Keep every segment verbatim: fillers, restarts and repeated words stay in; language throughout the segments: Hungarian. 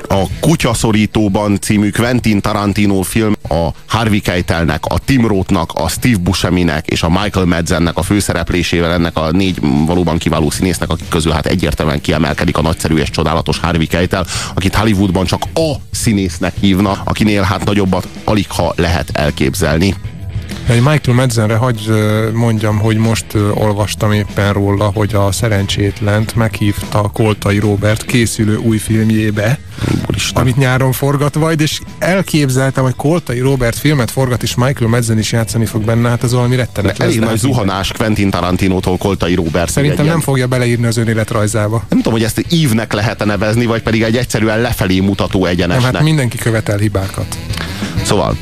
A Kutyaszorítóban című Quentin Tarantino film a Harvey Keitelnek, a Tim Rothnak, a Steve Busceminek és a Michael Madsennek a főszereplésével, ennek a négy valóban kiváló színésznek, akik közül hát egyértelműen kiemelkedik a nagyszerű és csodálatos Harvey Keitel, akit Hollywoodban csak a színésznek hívna, akinél hát nagyobbat aligha lehet elképzelni. Egy Michael Madsenre hagy mondjam, hogy most olvastam éppen róla, hogy a Szerencsétlent meghívta Koltai Róbert készülő új filmjébe, Úristen, amit nyáron forgat majd, és elképzeltem, hogy Koltai Róbert filmet forgat, és Michael Madsen is játszani fog benne, hát ez valami rettenet lesz. Elég nagy zuhanás Quentin Tarantinótól Koltai Róbert. Szerintem nem fogja beleírni az önéletrajzába. Nem tudom, hogy ezt ívnek lehet nevezni, vagy pedig egy egyszerűen lefelé mutató egyenesnek. Nem, hát mindenki követel hibákat. Szóval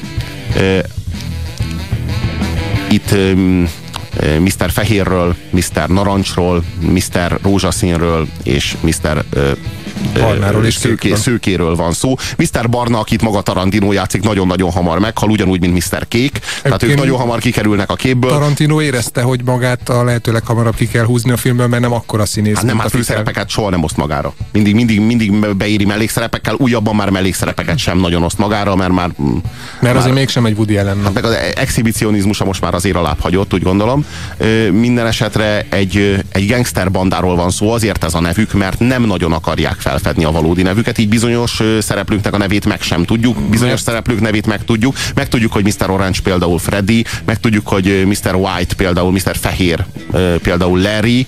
itt um, miszter Fehérről, miszter Narancsról, miszter Rózsaszínről és miszter Uh, Barnáról és szőké, Szőkéről van szó. miszter Barna, akit maga Tarantino játszik, nagyon-nagyon hamar meghal, ugyanúgy, mint miszter Kék. Tehát ők nagyon hamar kikerülnek a képből. Tarantino érezte, hogy magát a lehető leghamarabb ki kell húzni a filmben, mert nem akkora színész. Hát nem, hát főszerepeket soha nem oszt magára. Mindig, mindig, mindig beéri mellékszerepekkel, újabban már mellékszerepeket sem nagyon oszt magára, mert már... Mert azért már, mégsem egy Woody Allen. Hát meg az exhibicionizmusa most már azért alább hagyott, úgy gondolom. Minden esetre egy, egy gangster bandáról van szó, azért ez a nevük, mert nem nagyon akarják felfedni a valódi nevüket, így bizonyos szereplőknek a nevét meg sem tudjuk, bizonyos szereplők nevét meg tudjuk, meg tudjuk, hogy miszter Orange például Freddy, meg tudjuk, hogy miszter White például, miszter Fehér például Larry,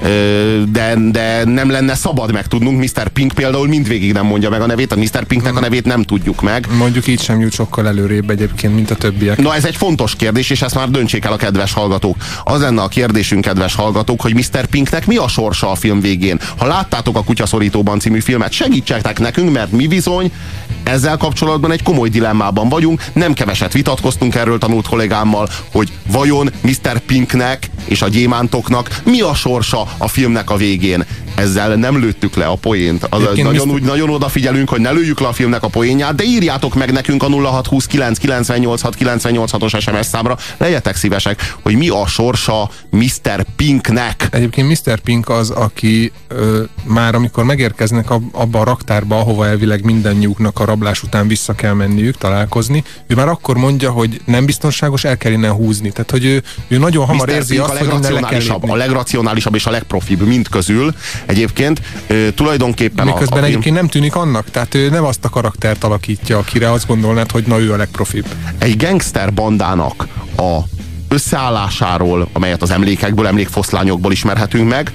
de, de nem lenne szabad megtudnunk, miszter Pink például mindvégig nem mondja meg a nevét, a miszter Pinknek a nevét nem tudjuk meg. Mondjuk így sem jut sokkal előrébb egyébként, mint a többiek. Na ez egy fontos kérdés, és ezt már döntsék el a kedves hallgatók. Az lenne a kérdésünk, kedves hallgatók, hogy miszter Pinknek mi a sorsa a film végén. Ha láttátok a Kutyaszorítóban című filmet, segítsetek nekünk, mert mi bizony ezzel kapcsolatban egy komoly dilemmában vagyunk. Nem keveset vitatkoztunk erről tanult kollégámmal, hogy vajon miszter Pinknek és a gyémántoknak mi a sorsa a filmnek a végén. Ezzel nem lőttük le a poént. Az, nagyon, miszter... úgy, nagyon odafigyelünk, hogy ne lőjük le a filmnek a poénját, de írjátok meg nekünk a nulla hat huszonkilenc kilencvennyolc kilencvennyolc hatos es em es számra, legyetek szívesek, hogy mi a sorsa miszter Pinknek. Egyébként miszter Pink az, aki ö, már amikor megérkeznek ab, abba a raktárba, ahova elvileg mindannyiuknak a rablás után vissza kell menniük, találkozni, ő már akkor mondja, hogy nem biztonságos, el kell innen húzni. Tehát, hogy ő, ő nagyon hamar miszter érzi Pink azt, a hogy innen le kell lépni. A legracionálisabb és a legprofibb mind közül. Egyébként ö, tulajdonképpen miközben a, a egyébként nem tűnik annak, tehát ő nem azt a karaktert alakítja, akire azt gondolnád, hogy na ő a legprofibb. Egy gangster bandának a összeállásáról, amelyet az emlékekből, emlékfoszlányokból ismerhetünk meg,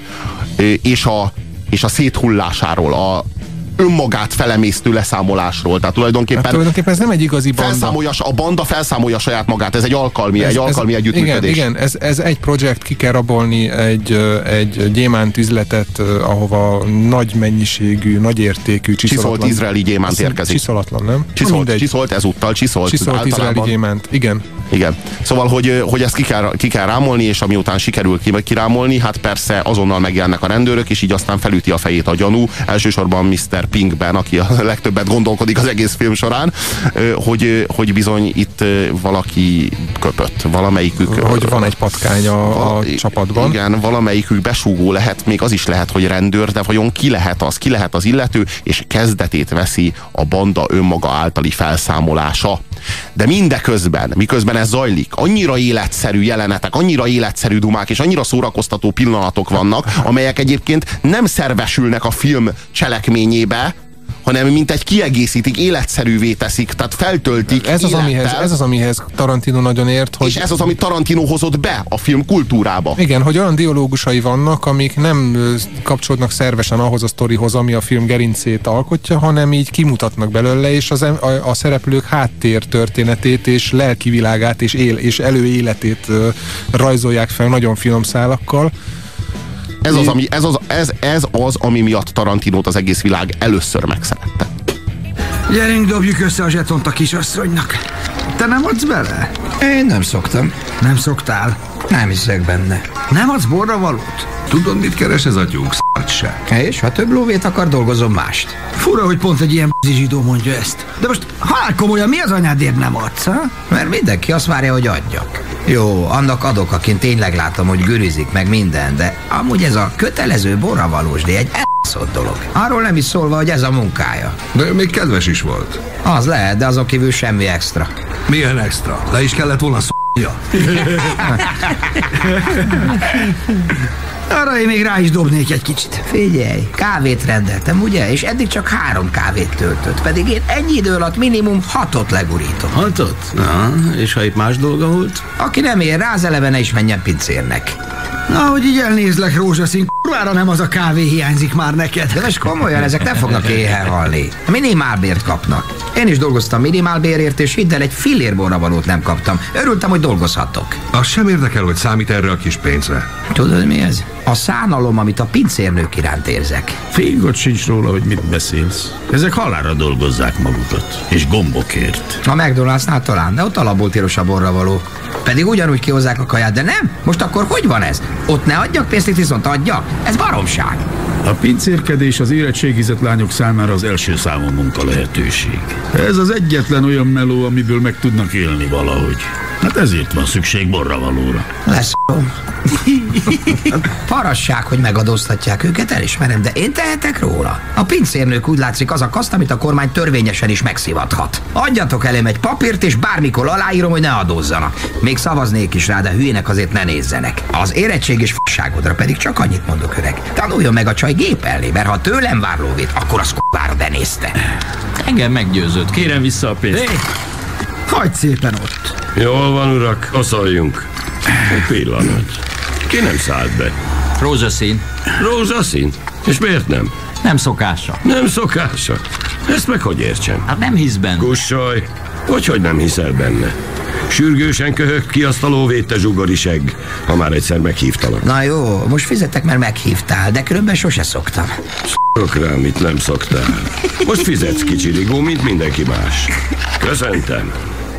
és a, és a széthullásáról, a önmagát felemésztő leszámolásról. Tehát tulajdonképpen, hát tulajdonképpen ez nem egy igazi banda. A banda felszámolja saját magát, ez egy alkalmi, ez, egy alkalmi ez, együttműködés. Igen, igen ez, ez egy projekt, ki kell rabolni egy, egy gyémánt üzletet, ahova nagy mennyiségű, nagy értékű, csiszolatlan... Csiszolt izraeli gyémánt érkezik. Csiszolatlan, nem? Csiszolt, csiszolt ezúttal, csiszolt. Csiszolt izraeli gyémánt, igen. Igen. Szóval, hogy, hogy ezt ki kell, ki kell rámolni, és ami után sikerül kirámolni, hát persze azonnal megjelennek a rendőrök, és így aztán felüti a fejét a gyanú, elsősorban miszter Pinkben, aki a legtöbbet gondolkodik az egész film során, hogy, hogy bizony itt valaki köpött, valamelyikük... Hogy van egy patkány a, val- a csapatban. Igen, valamelyikük besúgó lehet, még az is lehet, hogy rendőr, de vajon ki lehet az, ki lehet az illető, és kezdetét veszi a banda önmaga általi felszámolása. De mindeközben, miközben ez zajlik, annyira életszerű jelenetek, annyira életszerű dumák, és annyira szórakoztató pillanatok vannak, amelyek egyébként nem szervesülnek a film cselekményébe, hanem mint egy kiegészítik, életszerűvé teszik, tehát feltöltik ez az, amihez, ez az, amihez Tarantino nagyon ért. Hogy... És ez az, amit Tarantino hozott be a film kultúrába. Igen, hogy olyan dialógusai vannak, amik nem kapcsolódnak szervesen ahhoz a sztorihoz, ami a film gerincét alkotja, hanem így kimutatnak belőle, és az, a, a szereplők háttér történetét, és lelkivilágát, és, él, és előéletét uh, rajzolják fel nagyon finom szálakkal. Ez az, ami, ez, az, ez, ez az, ami miatt Tarantinót az egész világ először megszerette. Gyerünk, dobjuk össze a zsetont a kisasszonynak. Te nem adsz bele? Én nem szoktam. Nem szoktál? Nem hiszek benne. Nem adsz borravalót? Tudod, mit keres ez a tyúk szartság? És ha több lóvét akar, dolgozom mást. Fura, hogy pont egy ilyen b***i zsidó mondja ezt. De most halál komolyan, mi az anyádért nem adsz, ha? Mert mindenki azt várja, hogy adjak. Jó, annak adok, akin tényleg látom, hogy gürizik meg minden, de amúgy ez a kötelező borravalós, de egy játszott dolog. Arról nem is szólva, hogy ez a munkája. De még kedves is volt. Az lehet, de azon kívül semmi extra. Milyen extra? Le is kellett volna szó***ja. Arra én még rá is dobnék egy kicsit. Figyelj, kávét rendeltem, ugye? És eddig csak három kávét töltött, pedig én ennyi idő alatt minimum hatot legurítom. Hatot? Na, és ha itt más dolga volt? Aki nem ér rá, az eleve ne is menjen pincérnek. Na, hogy így elnézlek, rózsaszín, kurvára nem az a kávé hiányzik már neked. De most komolyan, ezek nem fognak éhen halni. Minimálbért kapnak. Én is dolgoztam minimálbérért, és hidd el, egy fillérborra valót nem kaptam. Örültem, hogy dolgozhatok. Az sem érdekel, hogy számít erre a kis pénzre. Tudod, mi ez? A szánalom, amit a pincérnők iránt érzek. Fingod sincs róla, hogy mit beszélsz. Ezek halálra dolgozzák magukat. És gombokért. A McDonald'snál talán, de ott alapból a borra való. Pedig ugyanúgy kihozzák a kaját, de nem? Most akkor hogy van ez? Ott ne adjak pénzt, itt viszont adjak? Ez baromság. A pincérkedés az érettségizett lányok számára az első számú munka lehetőség. Ez az egyetlen olyan meló, amiből meg tudnak élni valahogy. Hát ezért van szükség borravalóra. Lesz parasság, hogy megadóztatják őket, elismerem, de én tehetek róla. A pincérnők úgy látszik az a kaszt, amit a kormány törvényesen is megszivathat. Adjatok elém egy papírt, és bármikor aláírom, hogy ne adózzanak. Még szavaznék is rá, de hülyének azért ne nézzenek. Az érettség és f***ságodra pedig csak annyit mondok, öreg. Tanuljon meg a csaj gépelni, mert ha tőlem vár lóvét, akkor az k***ára benézte. Engem meggyőzött. Kérem vissza a pénzt. Hé, hagyd szépen ott. Jól van, urak, oszoljunk. Egy pillanat. Ki nem szállt be? Rózsaszín. Rózsaszín? És miért nem? Nem szokása. Nem szokása. Ezt meg hogy értsem? Hát nem hisz benne. Kussolj! Hogyhogy nem hiszel benne? Sürgősen köhögt ki azt a lóvét, te zsugorisegg, ha már egyszer meghívtalak. Na jó, most fizetek, mert meghívtál, de különben sose szoktam. Szok rá, mit nem szoktál. Most fizetsz, kicsirigó, mint mindenki más. Köszöntem.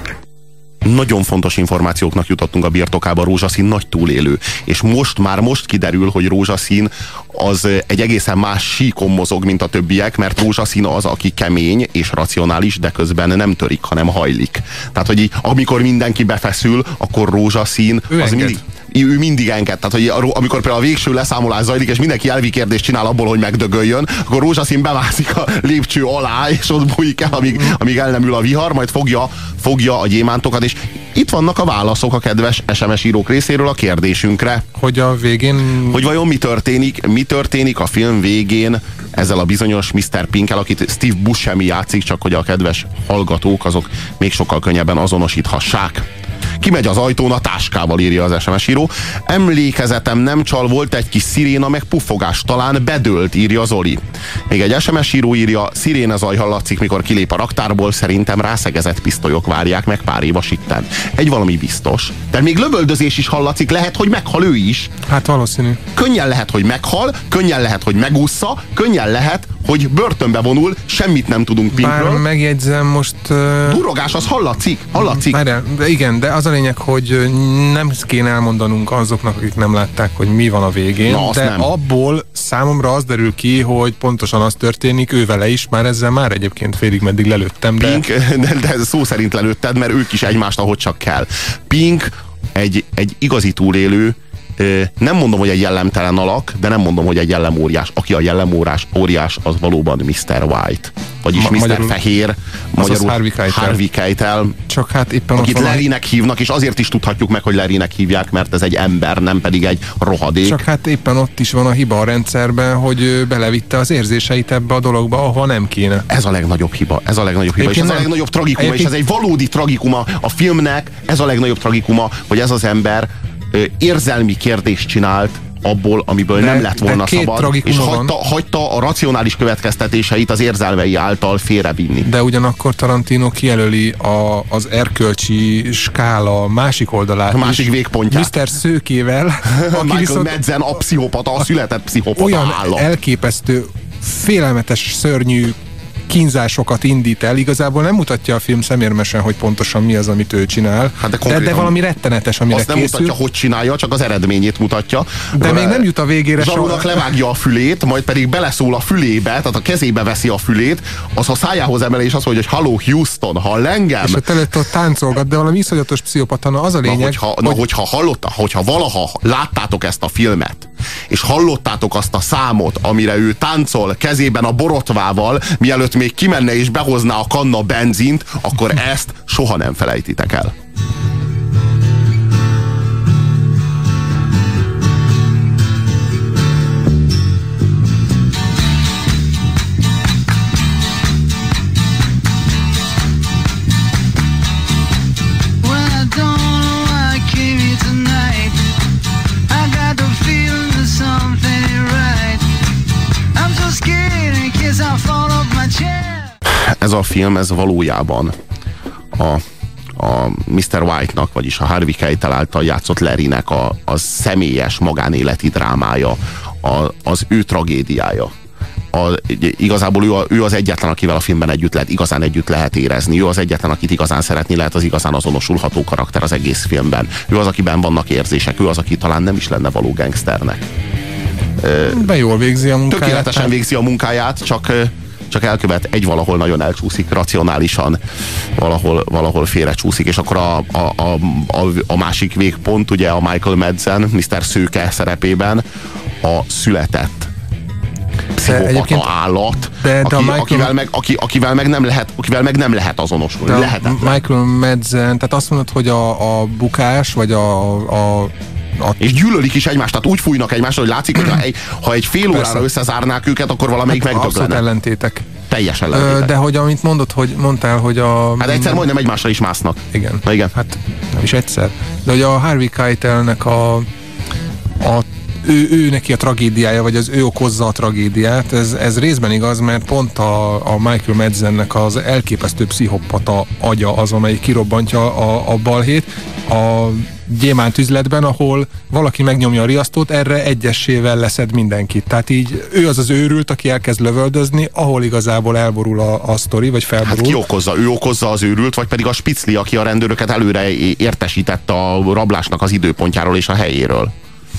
Nagyon fontos információknak jutottunk a birtokába. Rózsaszín nagy túlélő, és most már most kiderül, hogy Rózsaszín az egy egészen más síkon mozog, mint a többiek, mert Rózsaszín az, aki kemény és racionális, de közben nem törik, hanem hajlik. Tehát, hogy így, amikor mindenki befeszül, akkor Rózsaszín ő az enged. mindig, ő mindig enged. Tehát, hogy amikor például a végső leszámolás zajlik, és mindenki elvi kérdést csinál abból, hogy megdögöljön, akkor Rózsaszín bemászik a lépcső alá, és ott bújik el, amíg, amíg el nem ül a vihar, majd fogja, fogja a gyémántokat, és itt vannak a válaszok a kedves es em es írók részéről a kérdésünkre. Hogy a végén... Hogy vajon mi történik, mi történik a film végén ezzel a bizonyos miszter Pinkkel, akit Steve Buscemi játszik, csak hogy a kedves hallgatók azok még sokkal könnyebben azonosíthassák. Kimegy az ajtón a táskával, írja az es em es író. Emlékezetem nem csal, volt egy kis sziréna, meg puffogás, talán bedőlt, írja Zoli. Még egy es em es író írja, sziréna zaj hallatszik, mikor kilép a raktárból, szerintem rászegezett pisztolyok várják meg pár év itten. Egy valami biztos. De még lövöldözés is hallatszik, lehet, hogy meghal ő is. Hát valószínű. Könnyen lehet, hogy meghal, könnyen lehet, hogy megússza, könnyen lehet, hogy börtönbe vonul, semmit nem tudunk Pinkről. Bár megjegyzem most... Uh... Durogás, az hallatszik, hallatszik. Várjál, de igen, de az a lényeg, hogy nem kéne elmondanunk azoknak, akik nem látták, hogy mi van a végén, Na, de nem. abból számomra az derül ki, hogy pontosan az történik, ő vele is, már ezzel már egyébként félig meddig lelőttem, de... Pink, de, de szó szerint lelőtted, mert ők is egymást, ahogy csak kell. Pink egy, egy igazi túlélő, nem mondom, hogy egy jellemtelen alak, de nem mondom, hogy egy jellemóriás. Aki a jellemórás óriás, az valóban miszter White. Vagyis Ma- miszter magyarul- Fehér, magyarul Harvey Keitel. Harvey Keitel, Csak hát éppen akit ott van a- Larrynek hívnak, és azért is tudhatjuk meg, hogy Larrynek hívják, mert ez egy ember, nem pedig egy rohadék. Csak hát éppen ott is van a hiba a rendszerben, hogy ő belevitte az érzéseit ebbe a dologba, ahova nem kéne. Ez a legnagyobb hiba, ez a legnagyobb hiba, és ez Egyébként a nem- legnagyobb tragikuma, és Egyébként- ez egy valódi tragikuma a filmnek, ez a legnagyobb tragikuma, hogy ez az ember ö, érzelmi kérdést csinált abból, amiből De- nem lett de volna két szabad, tragikuma és van. hagyta, hagyta a racionális következtetéseit az érzelmei által félrevinni. De ugyanakkor Tarantino kijelöli a, az erkölcsi skála másik oldalát A másik is, végpontját. miszter Szőkével, aki Michael viszont Madsen, a pszichopata, a született pszichopata olyan állat. elképesztő, félelmetes, szörnyű kínzásokat indít el. Igazából nem mutatja a film szemérmesen, hogy pontosan mi az, amit ő csinál. Hát de, de, de valami rettenetes, amire azt nem készül. mutatja, hogy csinálja, csak az eredményét mutatja. De a, még nem jut a végére. Zsarónak levágja a fülét, majd pedig beleszól a fülébe, tehát a kezébe veszi a fülét, az a szájához emel, és azt mondja, hogy halló Houston, hall engem? És ott előtt ott táncolgat, de valami iszonyatos pszichopata, az a lényeg. Na, hogyha, hogy... na, hogyha, hallotta, hogyha valaha láttátok ezt a filmet, és hallottátok azt a számot, amire ő táncol kezében a borotvával, mielőtt még kimenne és behozná a kanna benzint, akkor ezt soha nem felejtitek el. Ez a film, ez valójában a, a miszter White-nak, vagyis a Harvey Keitel által játszott Larrynek a, a személyes magánéleti drámája, a, az ő tragédiája. A, igazából ő, a, ő az egyetlen, akivel a filmben együtt lehet, igazán együtt lehet érezni. Ő az egyetlen, akit igazán szeretni lehet, az igazán azonosulható karakter az egész filmben. Ő az, akiben vannak érzések, ő az, aki talán nem is lenne való gangsternek. De jól végzi a munkáját. Tökéletesen végzi a munkáját, csak csak elkövet, egy valahol nagyon elcsúszik, racionálisan valahol, valahol félrecsúszik, és akkor a, a, a, a, a másik végpont, ugye a Michael Madsen, miszter Szőke szerepében a született pszichopata állat, de, de aki, Michael, akivel, meg, aki, akivel, meg nem lehet, akivel meg nem lehet azonosulni. Lehetetlen. Michael Madsen, tehát azt mondod, hogy a, a bukás, vagy a, a A... és gyűlölik is egymást, tehát úgy fújnak egymásra, hogy látszik, hogy ha egy, ha egy fél órára Persze. összezárnák őket, akkor valamelyik hát megdöglene. Abszolút ellentétek. Teljes ellentétek. De hogy amit mondod, hogy mondtál, hogy a... Hát egyszer majdnem egymásra is másznak. Igen. Na, igen. Hát nem is egyszer. De hogy a Harvey Keitelnek a, a ő, ő neki a tragédiája, vagy az ő okozza a tragédiát, ez, ez részben igaz, mert pont a, a Michael Madsennek az elképesztő pszichopata agya az, amelyik kirobbantja a, a balhét a gyémánt üzletben, ahol valaki megnyomja a riasztót, erre egyessével leszed mindenkit. Tehát így ő az az őrült, aki elkezd lövöldözni, ahol igazából elborul a, a sztori, vagy felborul. Hát ki okozza? Ő okozza az őrült, vagy pedig a Spicli, aki a rendőröket előre értesítette a rablásnak az időpontjáról és a helyéről?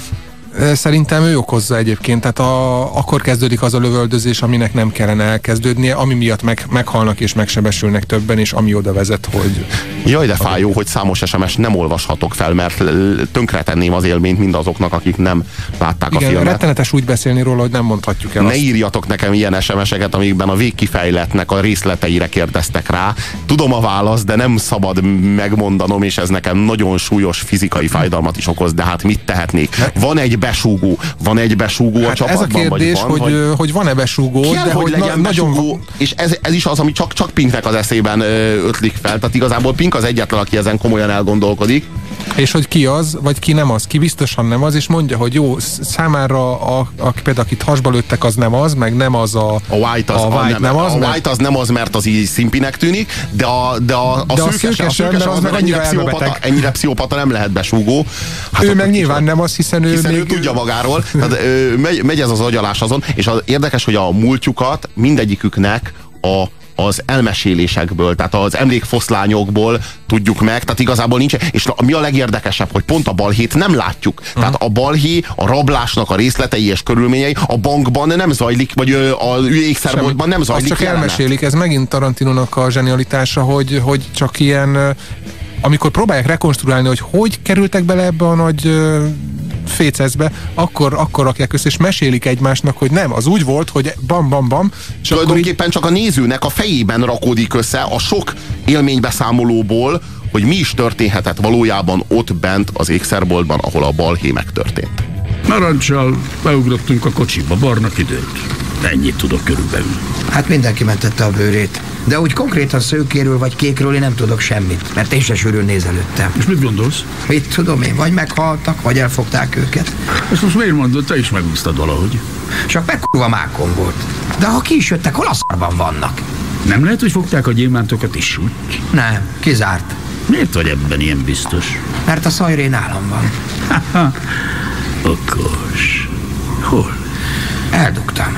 Szerintem ő okozza egyébként, tehát a, akkor kezdődik az a lövöldözés, aminek nem kellene elkezdődnie, ami miatt meg, meghalnak és megsebesülnek többen, és ami oda vezet, hogy... Jaj, de fájó, hogy számos es em es nem olvashatok fel, mert tönkretenném az élményt mindazoknak, akik nem látták Igen, a filmet. Igen, rettenetes úgy beszélni róla, hogy nem mondhatjuk el Ne azt. írjatok nekem ilyen es em eseket, amikben a végkifejletnek a részleteire kérdeztek rá. Tudom a választ, de nem szabad megmondanom, és ez nekem nagyon súlyos fizikai fájdalmat is okoz, de hát mit tehetnék? Van egy besúgó, van egy besúgó hát a csapatban? Ez a kérdés, van, hogy, vagy... hogy van-e besúgó, Kell, de hogy, hogy legyen na, besúgó, nagyon... és ez, ez is az, ami csak, csak Pinknek az eszében ö, ötlik fel. Tehát igazából Pink az egyetlen, aki ezen komolyan elgondolkodik. És hogy ki az, vagy ki nem az, ki biztosan nem az, és mondja, hogy jó, számára a, a, például akit hasba lőttek, az nem az, meg nem az a... A White az, a White nem, nem az, a mert... White az nem az, mert az így szimpinek tűnik, de a, de a, a, de szőkes, a szőkes az, az meg ennyire pszichopata, ennyire pszichopata nem lehet besúgó. Hát ő meg nyilván nem az, hiszen ő hiszen még... ő tudja magáról. Tehát, ö, megy, megy ez az agyalás azon, és az érdekes, hogy a múltjukat mindegyiküknek a az elmesélésekből, tehát az emlékfoszlányokból tudjuk meg, tehát igazából nincs, és mi a legérdekesebb, hogy pont a balhét nem látjuk. Uh-huh. Tehát a balhé, a rablásnak a részletei és körülményei a bankban nem zajlik, vagy a ékszerboltban nem zajlik. Azt csak jelenet. elmesélik, ez megint Tarantinónak a zsenialitása, hogy, hogy csak ilyen, amikor próbálják rekonstruálni, hogy hogy kerültek bele ebbe a nagy fécezbe, akkor, akkor rakják össze, és mesélik egymásnak, hogy nem, az úgy volt, hogy bam, bam, bam. És tulajdonképpen így... csak a nézőnek a fejében rakódik össze a sok élménybeszámolóból, hogy mi is történhetett valójában ott bent az ékszerboltban, ahol a balhé megtörtént. Narancsal beugrottunk a kocsiba, barna kidőlt. Ennyit tudok körülbelül. Hát mindenki mentette a bőrét. De úgy konkrétan szőkéről vagy kékről én nem tudok semmit, mert én se sűrűn nézelődtem. És mit gondolsz? Mit tudom én, vagy meghaltak, vagy elfogták őket. Ezt most miért mondod, te is megúsztad valahogy? Csak megkurva mákon volt. De ha ki is jöttek, hol a szarban vannak? Nem lehet, hogy fogták a gyémántokat is úgy? Nem, kizárt. Miért vagy ebben ilyen biztos? Mert a szajré nálam van. Haha, okos. Hol? Eldugtam.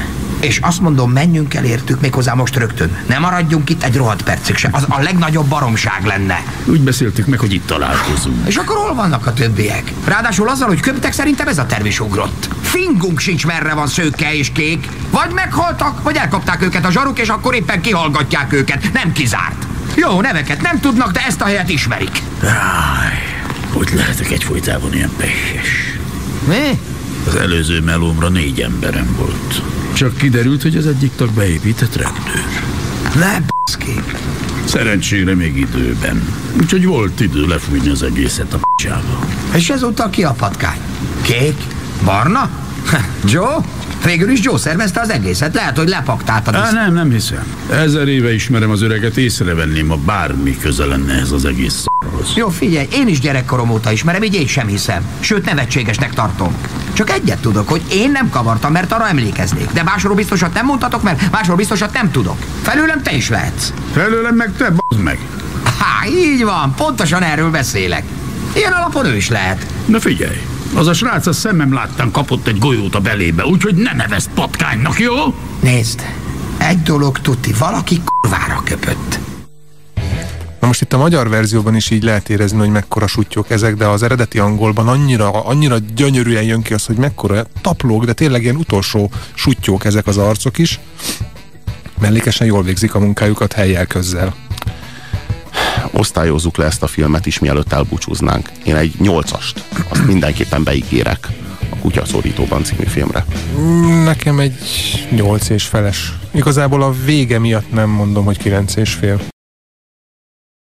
És azt mondom, menjünk el értük méghozzá most rögtön. Ne maradjunk itt egy rohadt percig se. Az a legnagyobb baromság lenne. Úgy beszéltük meg, hogy itt találkozunk. És akkor hol vannak a többiek? Ráadásul azzal, hogy köptek, szerintem ez a terv is ugrott. Fingunk sincs, merre van Szőke és Kék. Vagy meghaltak, vagy elkapták őket a zsaruk, és akkor éppen kihallgatják őket. Nem kizárt. Jó, neveket nem tudnak, de ezt a helyet ismerik. Ráj, hogy lehetek egyfolytában ilyen pehes? Mi? Az előző melómra négy emberem volt. Csak kiderült, hogy az egyik tag beépített rendőr. Ne b***ki. Szerencsére még időben. Úgyhogy volt idő lefújni az egészet a p***csába. És ezúttal ki a patkány? Kék? Barna? Joe? Végül is Joe szervezte az egészet. Lehet, hogy lepaktáltad. Á, nem, nem hiszem. Ezer éve ismerem az öreget, észrevenném, ha bármi köze lenne ez az egész szarhoz. Jó, figyelj, én is gyerekkorom óta ismerem, így én sem hiszem. Sőt, nevetségesnek tartom. Csak egyet tudok, hogy én nem kavartam, mert arra emlékeznék. De másról biztosat nem mondhatok, mert másról biztosat nem tudok. Felőlem te is lehetsz. Felőlem meg te, b***d meg. Há, így van, pontosan erről beszélek. Ilyen alapon ő is lehet. Na figyelj, az a srác a szemem láttán kapott egy golyót a belébe, úgyhogy ne nevezd patkánynak, jó? Nézd, egy dolog tuti, valaki kurvára köpött. Na most itt a magyar verzióban is így lehet érezni, hogy mekkora suttyok ezek, de az eredeti angolban annyira, annyira gyönyörűen jön ki az, hogy mekkora taplók, de tényleg ilyen utolsó suttyók ezek az arcok is. Mellékesen jól végzik a munkájukat helyjel közzel. Osztályozzuk le ezt a filmet is, mielőtt elbúcsúznánk. Én egy nyolcast, azt mindenképpen beígérek a Kutyaszorítóban című filmre. Nekem egy nyolc és feles. Igazából a vége miatt nem mondom, hogy kilenc és fél.